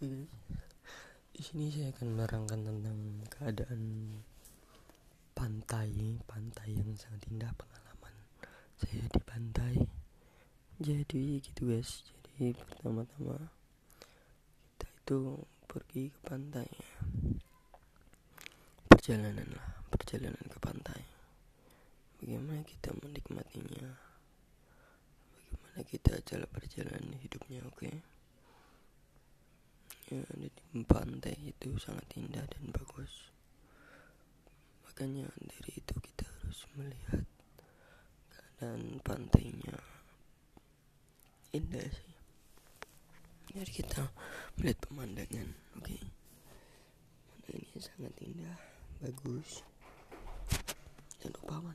Oke guys, di sini saya akan menerangkan tentang keadaan pantai yang sangat indah. Pengalaman saya di pantai. Jadi gitu guys. Jadi pertama-tama kita itu pergi ke pantai. Perjalanan ke pantai. Bagaimana kita menikmatinya? Bagaimana kita jalan perjalanan hidupnya? Oke. Ya, di pantai itu sangat indah dan bagus. Makanya dari itu kita harus melihat keadaan pantainya indah sih. Jadi kita melihat pemandangan, oke. Pemandangannya sangat indah, bagus, dan rupawan.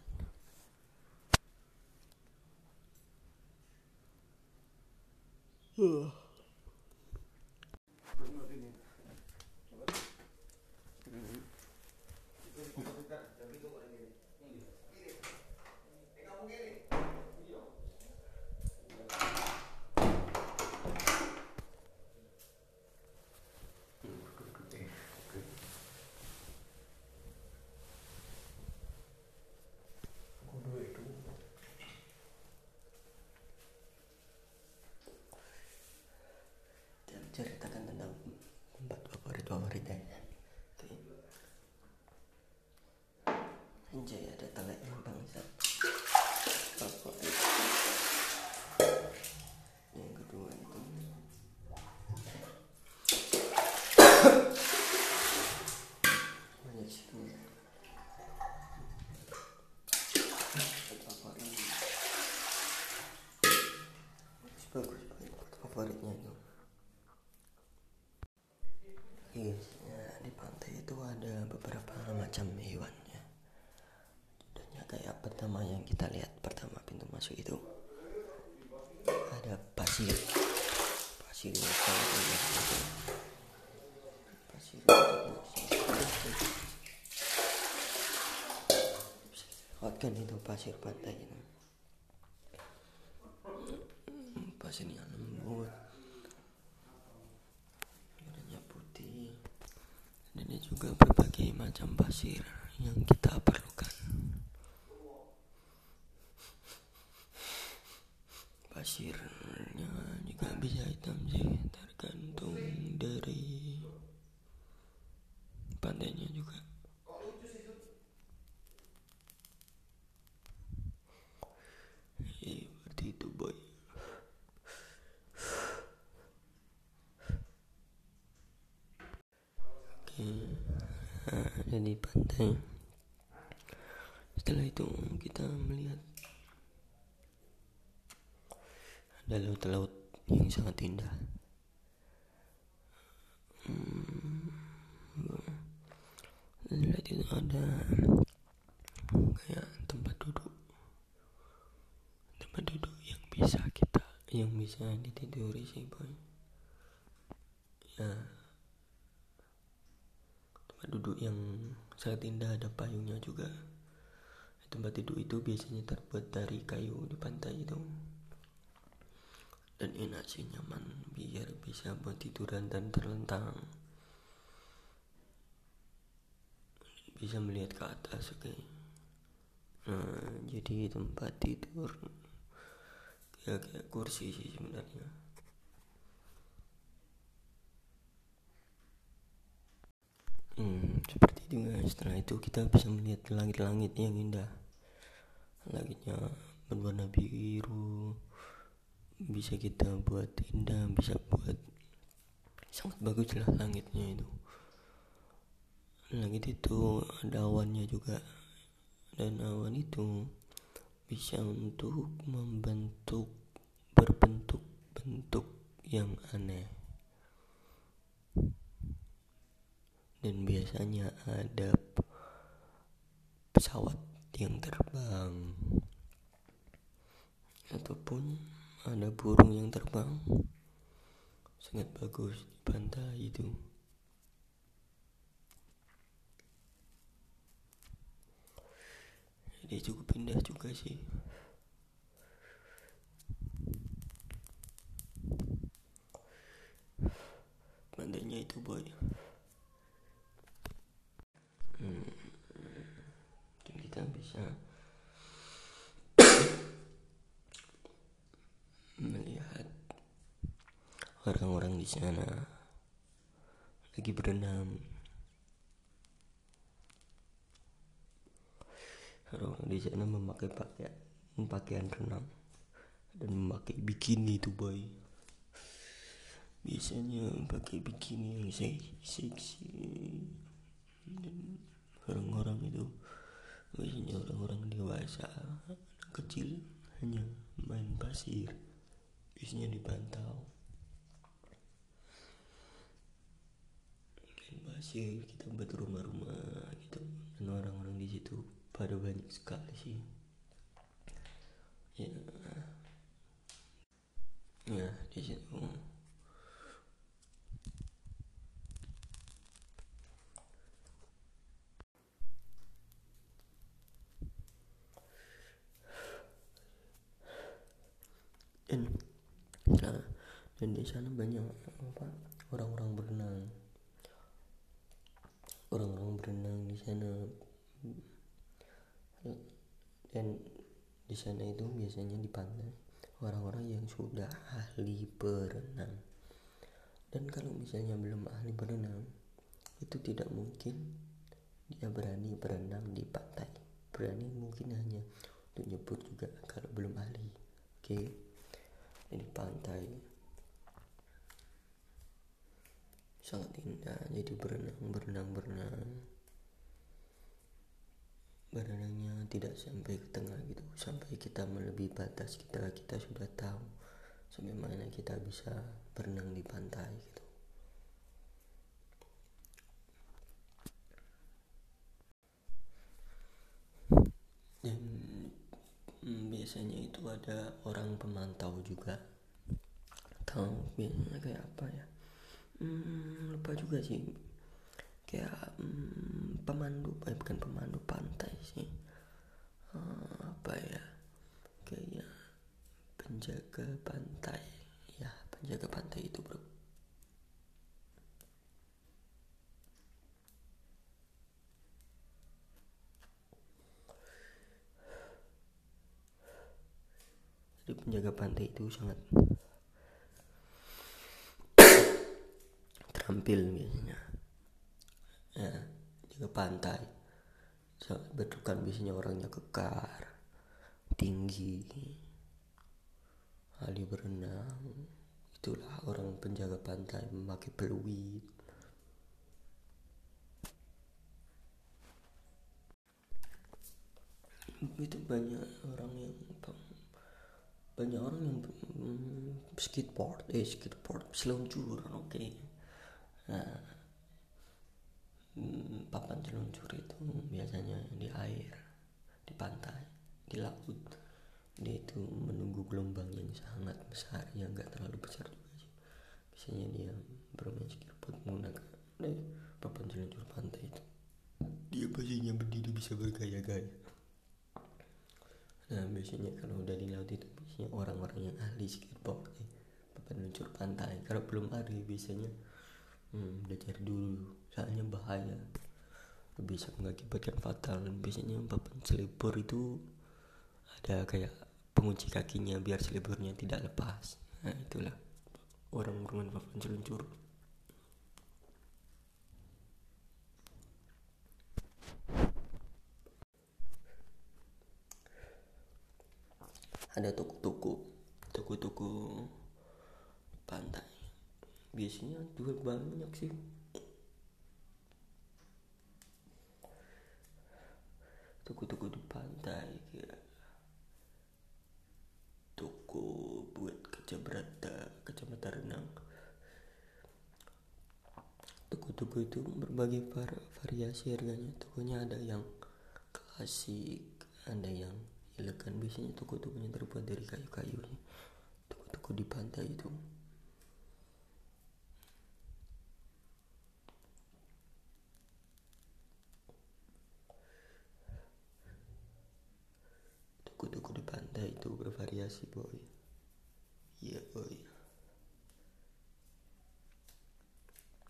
Ceritakan tentang tempat favoritnya. Oke. Anjay, ada teleknya bangsa. Favorit. Yang kedua itu banyak situ. Favorit. Bagus favoritnya itu. Yes, ya, di pantai itu ada beberapa macam hewan ya. Contohnya kayak pertama yang kita lihat pertama pintu masuk itu ada pasir yang sangat indah. Pasir itu lewatkan itu pasir pantai itu. Pasirnya lembut, warnanya putih, dan ada juga berbagai macam pasir yang kita perlukan. Pasirnya juga bisa hitam sih, tergantung dari pantainya juga. Seperti itu boy. Oke, ada di pantai. Setelah itu kita melihat ada laut-laut yang sangat indah. Setelah itu ada kayak tempat duduk yang bisa ditiduri sih boy. Ya, tempat duduk yang sangat indah, ada payungnya juga. Tempat duduk itu biasanya terbuat dari kayu di pantai itu, dan enak sih, nyaman, biar bisa buat tiduran dan terlentang, bisa melihat ke atas. Oke. Nah, jadi tempat tidur kayak kursi sih sebenarnya. Seperti itu guys. Setelah itu kita bisa melihat langit-langit yang indah. Langitnya berwarna biru, bisa kita buat indah, bisa buat sangat bagus lah langitnya itu. Langit itu ada awannya juga, dan awan itu bisa untuk berbentuk yang aneh, dan biasanya ada pesawat yang terbang ataupun ada burung yang terbang. Sangat bagus di pantai itu. Jadi cukup indah juga sih. adanya itu boy. Dan kita bisa melihat orang-orang di sana lagi berenang. Orang di sana memakai pakaian renang dan memakai bikini itu boy. Biasanya pakai bikini yang seksi. Dan orang-orang itu biasanya orang-orang dewasa, anak kecil hanya main pasir, biasanya dipantau. Main pasir, kita buat rumah-rumah gitu, dan orang-orang di situ pada banyak sekali sih. Ya di situ. Dan di sana banyak orang-orang berenang di sana. Dan di sana itu biasanya di pantai orang-orang yang sudah ahli berenang. Dan kalau misalnya belum ahli berenang, itu tidak mungkin dia berani berenang di pantai. Berani mungkin hanya untuk nyebut juga kalau belum ahli. Oke. Di pantai sangat indah, jadi berenangnya tidak sampai ke tengah gitu, sampai kita melebihi batas kita sudah tahu sampai mana kita bisa berenang di pantai gitu. Dan biasanya itu ada orang pemantau juga. Tahu biasanya kayak apa ya? Lupa juga sih. Kayak bukan pemandu pantai sih. Apa ya? Kayak penjaga pantai. Ya, penjaga pantai itu, bro. Jadi penjaga pantai itu sangat terampil biasanya. Ya, jaga pantai. Bentukan biasanya orangnya kekar, tinggi, ahli berenang. Itulah orang penjaga pantai, memakai peluit. Itu banyak orang yang skateboard seluncur. Oke. Nah, papan seluncur itu biasanya di air, di pantai, di laut. Dia itu menunggu gelombang yang sangat besar, yang gak terlalu besar juga sih. Biasanya dia bermain skateboard menggunakan papan seluncur pantai itu. Dia biasanya berdiri bisa bergaya-gaya. Nah, biasanya kalau udah di laut itu biasanya orang-orang yang ahli skateboard, papan seluncur pantai. Kalau belum ahli biasanya belajar dulu, soalnya bahaya, bisa mengakibatkan fatal. Dan biasanya papan selebor itu ada kayak pengunci kakinya biar selebornya tidak lepas. Nah, itulah orang bermain papan seluncur. Ada toko-toko pantai, biasanya juga banyak sih. Toko-toko di pantai, kayak toko buat kacamata renang. Toko-toko itu berbagai variasi harganya. Tokonya ada yang klasik, ada yang elegan. Biasanya toko-tokonya terbuat dari kayu-kayu. Toko-toko di pantai itu. Toko-toko di pantai itu bervariasi, boy. Iya, boy.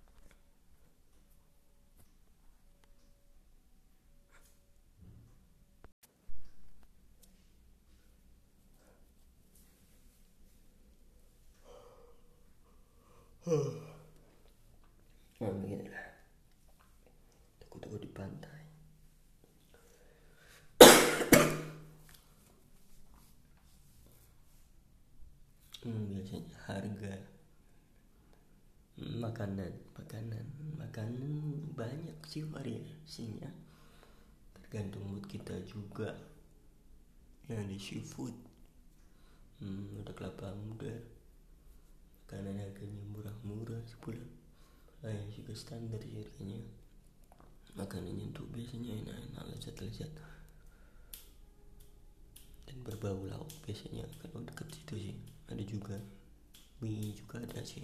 Nah beginilah toko-toko di pantai. Biasanya harga makanan banyak sih variasinya, tergantung mood kita juga. Nah di seafood ada kelapa muda, makanan harganya murah-murah sebulan. Yang juga standar sih harganya. Makanannya tuh biasanya enak-enak, lezat-lezat dan berbau lauk biasanya. Kalau deket situ sih ada juga, mie juga ada sih.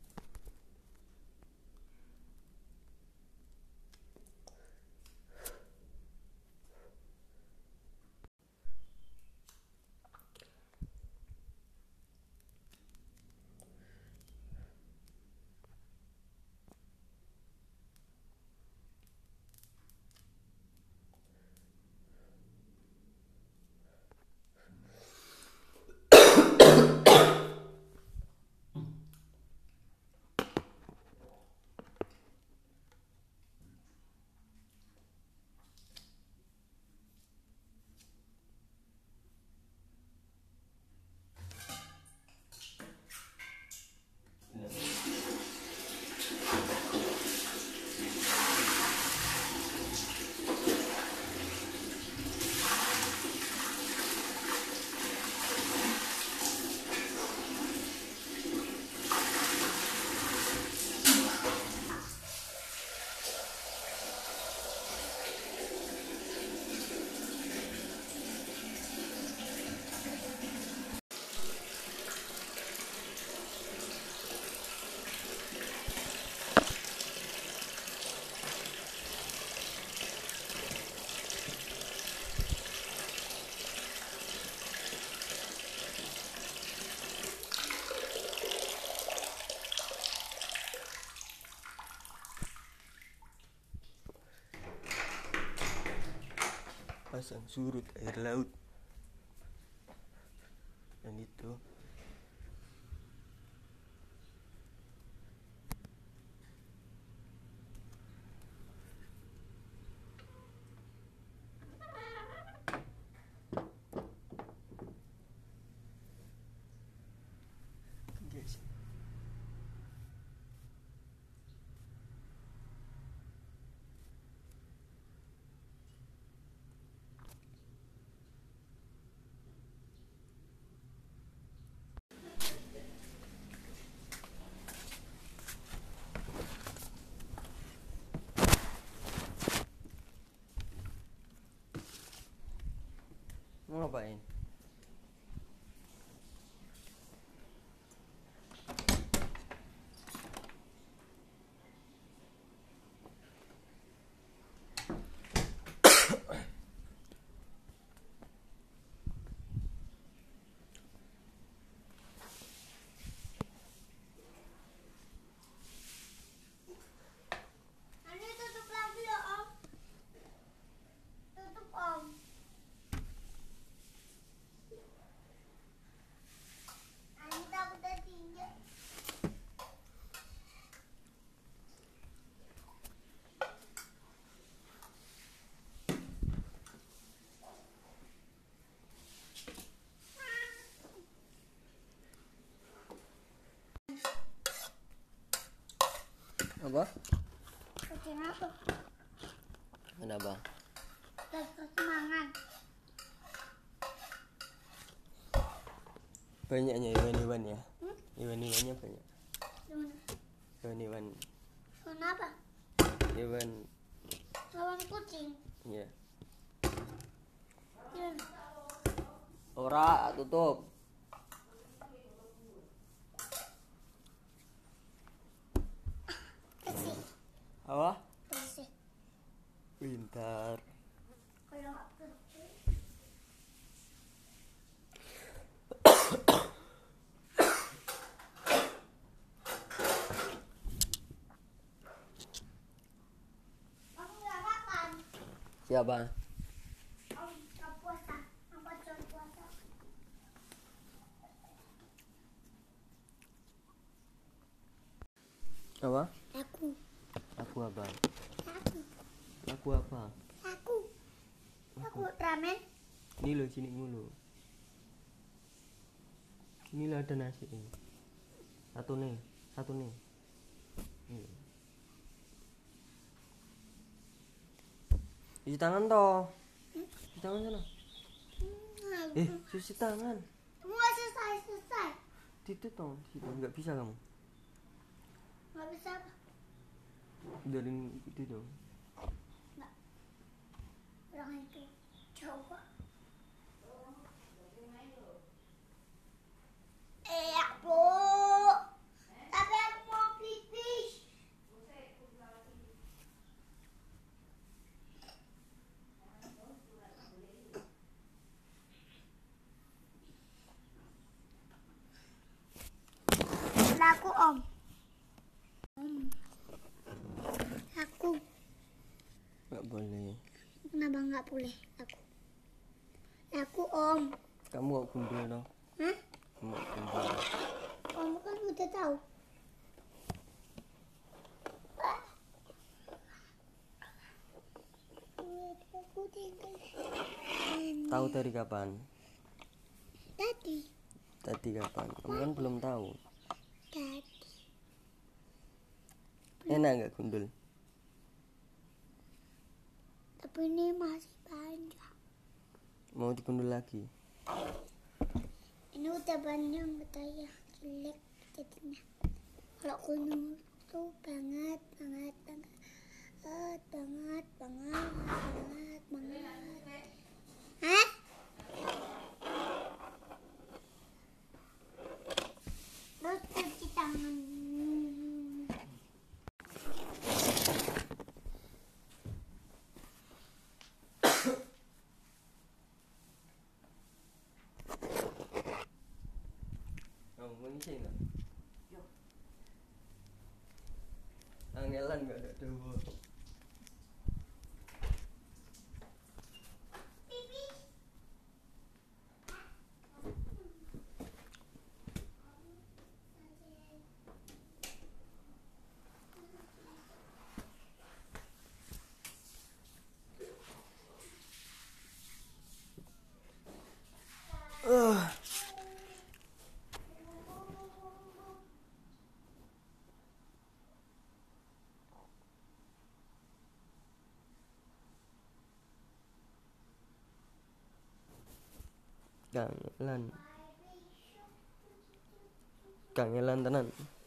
Pasang surut air laut, dan itu guys. Mau ngapain? Ini tutup lagi ya Om. Tutup Om. Ini takut tertinjak. Apa? Kucing apa? Kenapa? Tetap semangat. Banyaknya iwan-iwan ya? Iwan-iwannya banyak. Gimana? Iwan-iwan. Kenapa? Iwan. Lawan kucing. Ya. Gimana? Ora tutup. Bersih. Apa? Bersih. Pintar. Kalau nggak bersih. Om nggak makan. Siapa? Om nggak puasa. Apa jual puasa? Apa? Lagu. Lagu apa? Lagu. Lagu apa? Lagu. Lagu ramen. Ini lo sini mulu. Ini lah ada nasi ini. Satu nih. Ini. Cuci tangan toh. Cuci tangan sana. Cuci tangan. Mau selesai. Itu toh, situ nggak bisa kamu. Nggak bisa apa? Dari itu dong. Nggak. Orang itu coba. Bu. Tapi aku mau pipis. Laku om. Aku. Nggak boleh. Kenapa nggak boleh? Laku om. Kamu kok gundul dong? Hah? Kamu kok gundul? Kamu kan udah tahu. Aku tinggal. Tahu dari kapan? Tadi Kapan? Kamu kan belum tahu. tadi. Enak nggak gundul? Tapi ini masih panjang. Mau digundul lagi? Ini udah panjang katanya jelek jadinya. Kalau gunung tuh banget. Hah? Terus cuci tangan. Kamu mau ngisi nggak? Angelan nggak ada dewa. Kangelan tenan.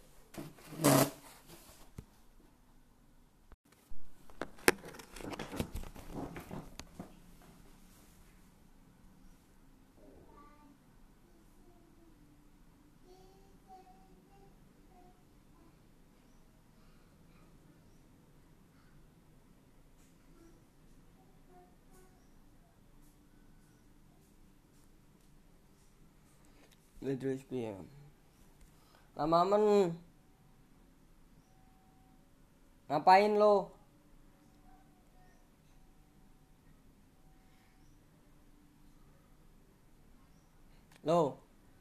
Terus piye? Lamamen. Ngapain lo? Lo?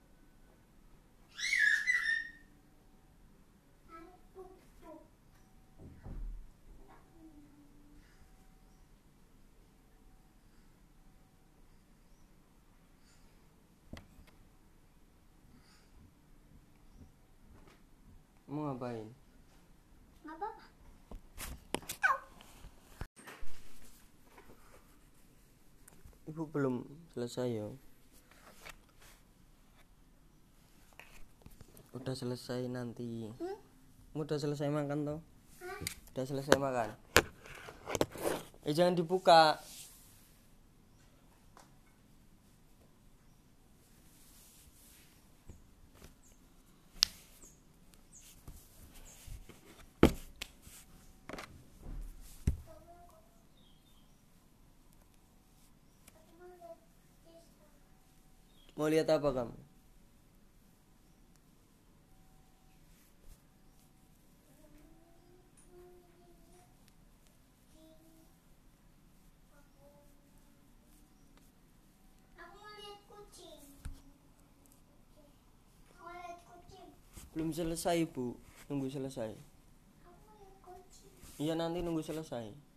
Mau ngapain? Nggak apa-apa. Ibu belum selesai ya. Udah selesai nanti. Udah selesai makan toh? Udah selesai makan. Jangan dibuka. Mau lihat apa kamu? Aku mau lihat kucing. Mau lihat kucing. Belum selesai, Bu. Tunggu selesai. Iya nanti nunggu selesai.